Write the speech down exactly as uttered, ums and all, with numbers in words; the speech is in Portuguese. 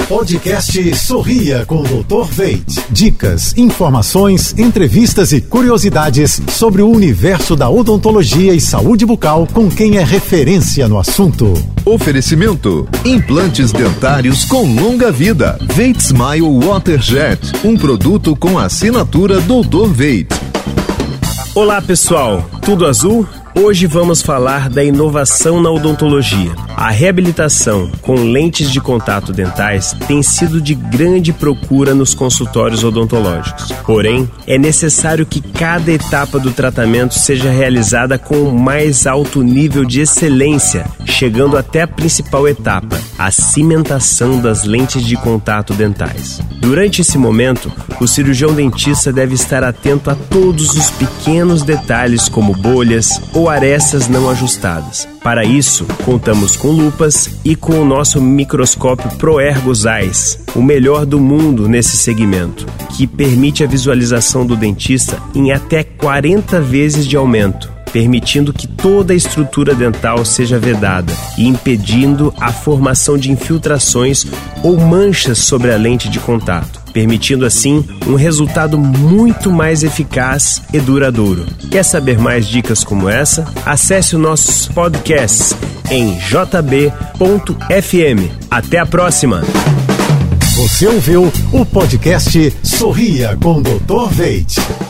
Podcast Sorria com o doutor Veit. Dicas, informações, entrevistas e curiosidades sobre o universo da odontologia e saúde bucal com quem é referência no assunto. Oferecimento: implantes dentários com longa vida. Veit Smile Waterjet, um produto com assinatura doutor Veit. Olá pessoal, tudo azul? Hoje vamos falar da inovação na odontologia. A reabilitação com lentes de contato dentais tem sido de grande procura nos consultórios odontológicos. Porém, é necessário que cada etapa do tratamento seja realizada com o mais alto nível de excelência, chegando até a principal etapa, a cimentação das lentes de contato dentais. Durante esse momento, o cirurgião dentista deve estar atento a todos os pequenos detalhes como bolhas ou arestas não ajustadas. Para isso, contamos com lupas e com o nosso microscópio ProErgo Zeiss, o melhor do mundo nesse segmento, que permite a visualização do dentista em até quarenta vezes de aumento, permitindo que toda a estrutura dental seja vedada e impedindo a formação de infiltrações ou manchas sobre a lente de contato, permitindo assim um resultado muito mais eficaz e duradouro. Quer saber mais dicas como essa? Acesse os nossos podcasts em j b ponto f m. Até a próxima! Você ouviu o podcast Sorria com o doutor Veit.